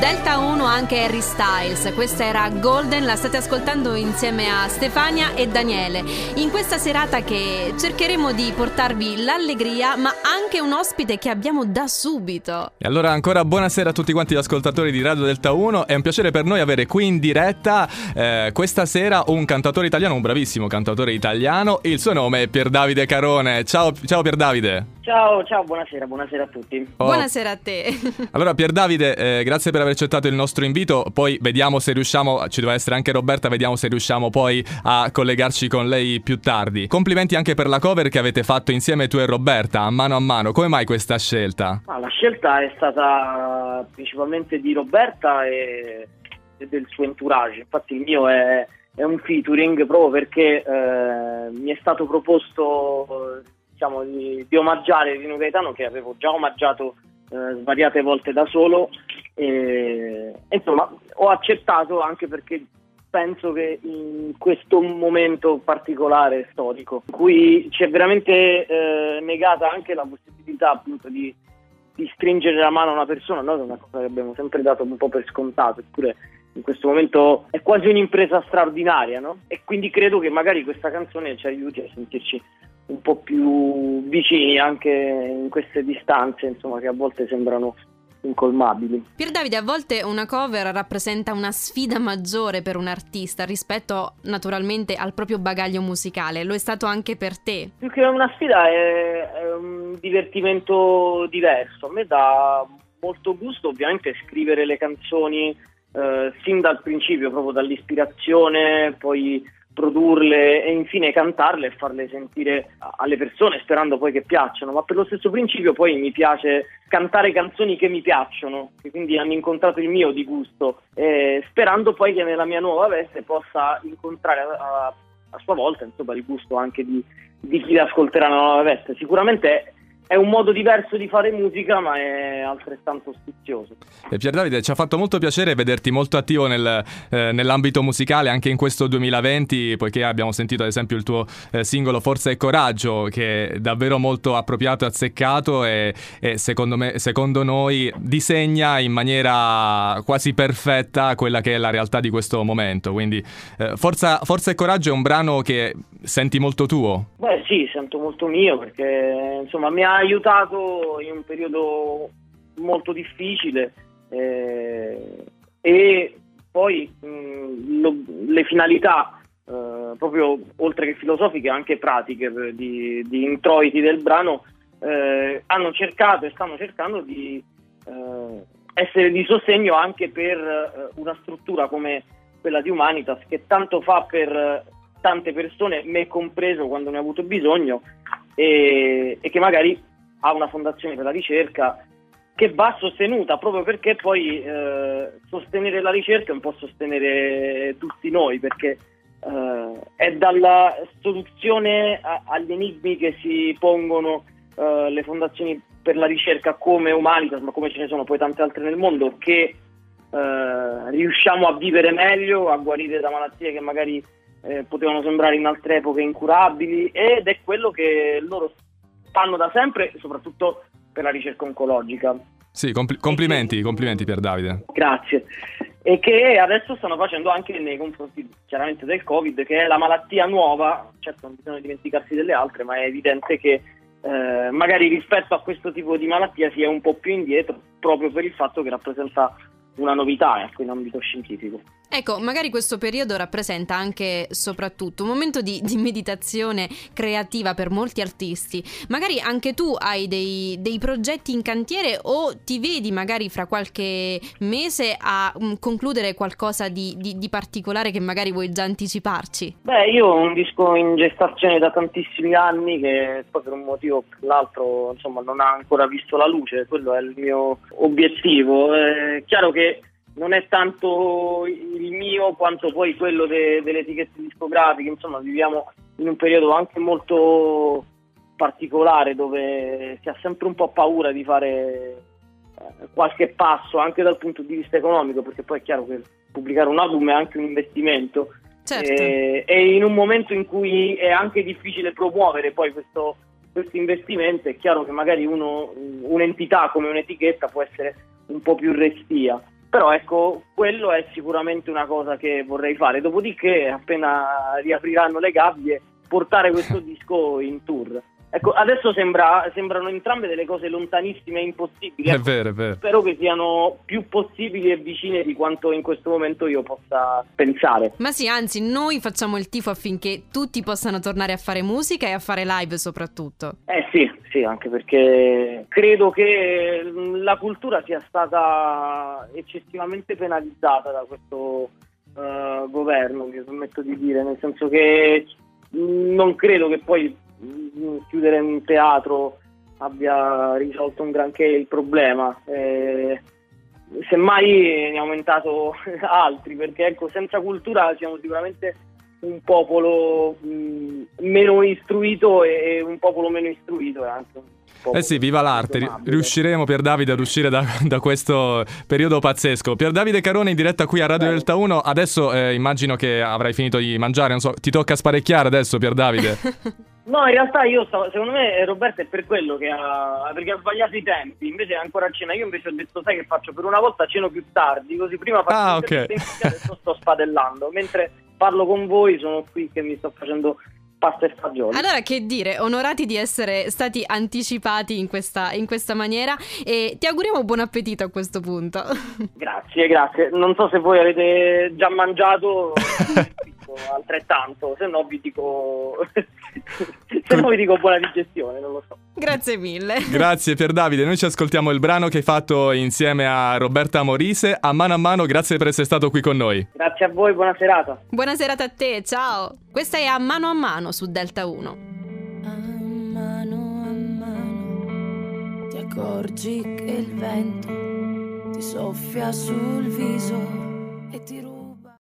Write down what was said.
Delta 1 anche Harry Styles. Questa era Golden, la state ascoltando insieme a Stefania e Daniele. In questa serata che cercheremo di portarvi l'allegria, ma anche un ospite che abbiamo da subito. E allora ancora buonasera a tutti quanti gli ascoltatori di Radio Delta 1. È un piacere per noi avere qui in diretta questa sera un cantautore italiano, un bravissimo cantautore italiano. Il suo nome è Pierdavide Carone. Ciao Pierdavide. Ciao, buonasera a tutti. Buonasera a te. Allora Pierdavide, grazie per aver accettato il nostro invito. Poi vediamo se riusciamo, ci deve essere anche Roberta, vediamo se riusciamo poi a collegarci con lei più tardi. Complimenti anche per la cover che avete fatto insieme tu e Roberta, a mano. Come mai questa scelta? La scelta è stata principalmente di Roberta e del suo entourage. Infatti il mio è un featuring proprio perché mi è stato proposto, diciamo, di omaggiare Rino Gaetano, che avevo già omaggiato svariate volte da solo, e insomma ho accettato anche perché penso che in questo momento particolare storico in cui ci è veramente negata anche la possibilità appunto di stringere la mano a una persona, noi è una cosa che abbiamo sempre dato un po' per scontato, eppure in questo momento è quasi un'impresa straordinaria, no? E quindi credo che magari questa canzone ci aiuti a sentirci un po' più vicini anche in queste distanze, insomma, che a volte sembrano incolmabili. Pierdavide, a volte una cover rappresenta una sfida maggiore per un artista rispetto naturalmente al proprio bagaglio musicale. Lo è stato anche per te? Più che una sfida è un divertimento diverso. A me dà molto gusto ovviamente scrivere le canzoni sin dal principio, proprio dall'ispirazione, poi produrle e infine cantarle e farle sentire alle persone, sperando poi che piacciono. Ma per lo stesso principio poi mi piace cantare canzoni che mi piacciono, che quindi hanno incontrato il mio di gusto, sperando poi che nella mia nuova veste possa incontrare a sua volta, insomma, il gusto anche di chi ascolterà la nuova veste. Sicuramente è un modo diverso di fare musica, ma è altrettanto stuzioso. Pierdavide, ci ha fatto molto piacere vederti molto attivo nell'ambito musicale anche in questo 2020, poiché abbiamo sentito ad esempio il tuo singolo Forza e Coraggio, che è davvero molto appropriato e azzeccato e secondo noi disegna in maniera quasi perfetta quella che è la realtà di questo momento. Quindi Forza e Coraggio è un brano che senti molto tuo? Beh sì, sento molto mio, perché insomma mi ha aiutato in un periodo molto difficile, e poi le finalità proprio oltre che filosofiche anche pratiche di introiti del brano hanno cercato e stanno cercando di essere di sostegno anche per una struttura come quella di Humanitas, che tanto fa per tante persone, me compreso, quando ne ho avuto bisogno, e che magari ha una fondazione per la ricerca che va sostenuta, proprio perché poi sostenere la ricerca è un po' sostenere tutti noi, perché è dalla soluzione agli enigmi che si pongono le fondazioni per la ricerca come Humanitas, ma come ce ne sono poi tante altre nel mondo, che riusciamo a vivere meglio, a guarire da malattie che magari potevano sembrare in altre epoche incurabili, ed è quello che loro fanno da sempre, soprattutto per la ricerca oncologica. Sì, complimenti Pierdavide. Grazie. E che adesso stanno facendo anche nei confronti chiaramente del Covid, che è la malattia nuova. Certo, non bisogna dimenticarsi delle altre, ma è evidente che magari rispetto a questo tipo di malattia si è un po' più indietro, proprio per il fatto che rappresenta una novità, ecco, in ambito scientifico. Ecco, magari questo periodo rappresenta anche soprattutto un momento di meditazione creativa per molti artisti. Magari anche tu hai dei progetti in cantiere, o ti vedi magari fra qualche mese a concludere qualcosa di particolare che magari vuoi già anticiparci? Beh, io ho un disco in gestazione da tantissimi anni che poi per un motivo o per l'altro, insomma, non ha ancora visto la luce. Quello è il mio obiettivo. È chiaro che non è tanto il mio quanto poi quello delle etichette discografiche. Insomma, viviamo in un periodo anche molto particolare, dove si ha sempre un po' paura di fare qualche passo anche dal punto di vista economico, perché poi è chiaro che pubblicare un album è anche un investimento. Certo. E in un momento in cui è anche difficile promuovere poi questo investimento, è chiaro che magari un'entità come un'etichetta può essere un po' più restia. Però ecco, quello è sicuramente una cosa che vorrei fare. Dopodiché, appena riapriranno le gabbie, portare questo disco in tour. Ecco, adesso sembrano entrambe delle cose lontanissime e impossibili. È vero, è vero. Spero che siano più possibili e vicine di quanto in questo momento io possa pensare. Ma sì, anzi, noi facciamo il tifo affinché tutti possano tornare a fare musica e a fare live soprattutto. Sì, anche perché credo che la cultura sia stata eccessivamente penalizzata da questo governo, mi permetto di dire, nel senso che non credo che poi chiudere un teatro abbia risolto un granché il problema, semmai ne ha aumentato altri, perché ecco, senza cultura siamo sicuramente un popolo meno istruito, e un popolo meno istruito è anche un popolo sì, viva l'arte, riusciremo Pier Davide ad uscire da questo periodo pazzesco. Pier Davide Carone in diretta qui a Radio Delta 1, adesso immagino che avrai finito di mangiare, non so, ti tocca sparecchiare adesso, Pier Davide? No, in realtà secondo me Roberto è per quello perché ha sbagliato i tempi, invece è ancora a cena. Io invece ho detto, sai che faccio, per una volta ceno più tardi, così prima faccio ok. Adesso sto spadellando, mentre parlo con voi sono qui che mi sto facendo pasta e fagioli. Allora, che dire, onorati di essere stati anticipati in questa maniera, e ti auguriamo buon appetito a questo punto. Grazie. Non so se voi avete già mangiato, altrettanto, se no vi dico buona digestione, non lo so. Grazie mille. Grazie Pier Davide, noi ci ascoltiamo il brano che hai fatto insieme a Roberta Morise, A mano, grazie per essere stato qui con noi. Grazie a voi, buona serata. Buona serata a te, ciao. Questa è A mano su Delta 1. A mano ti accorgi che il vento ti soffia sul viso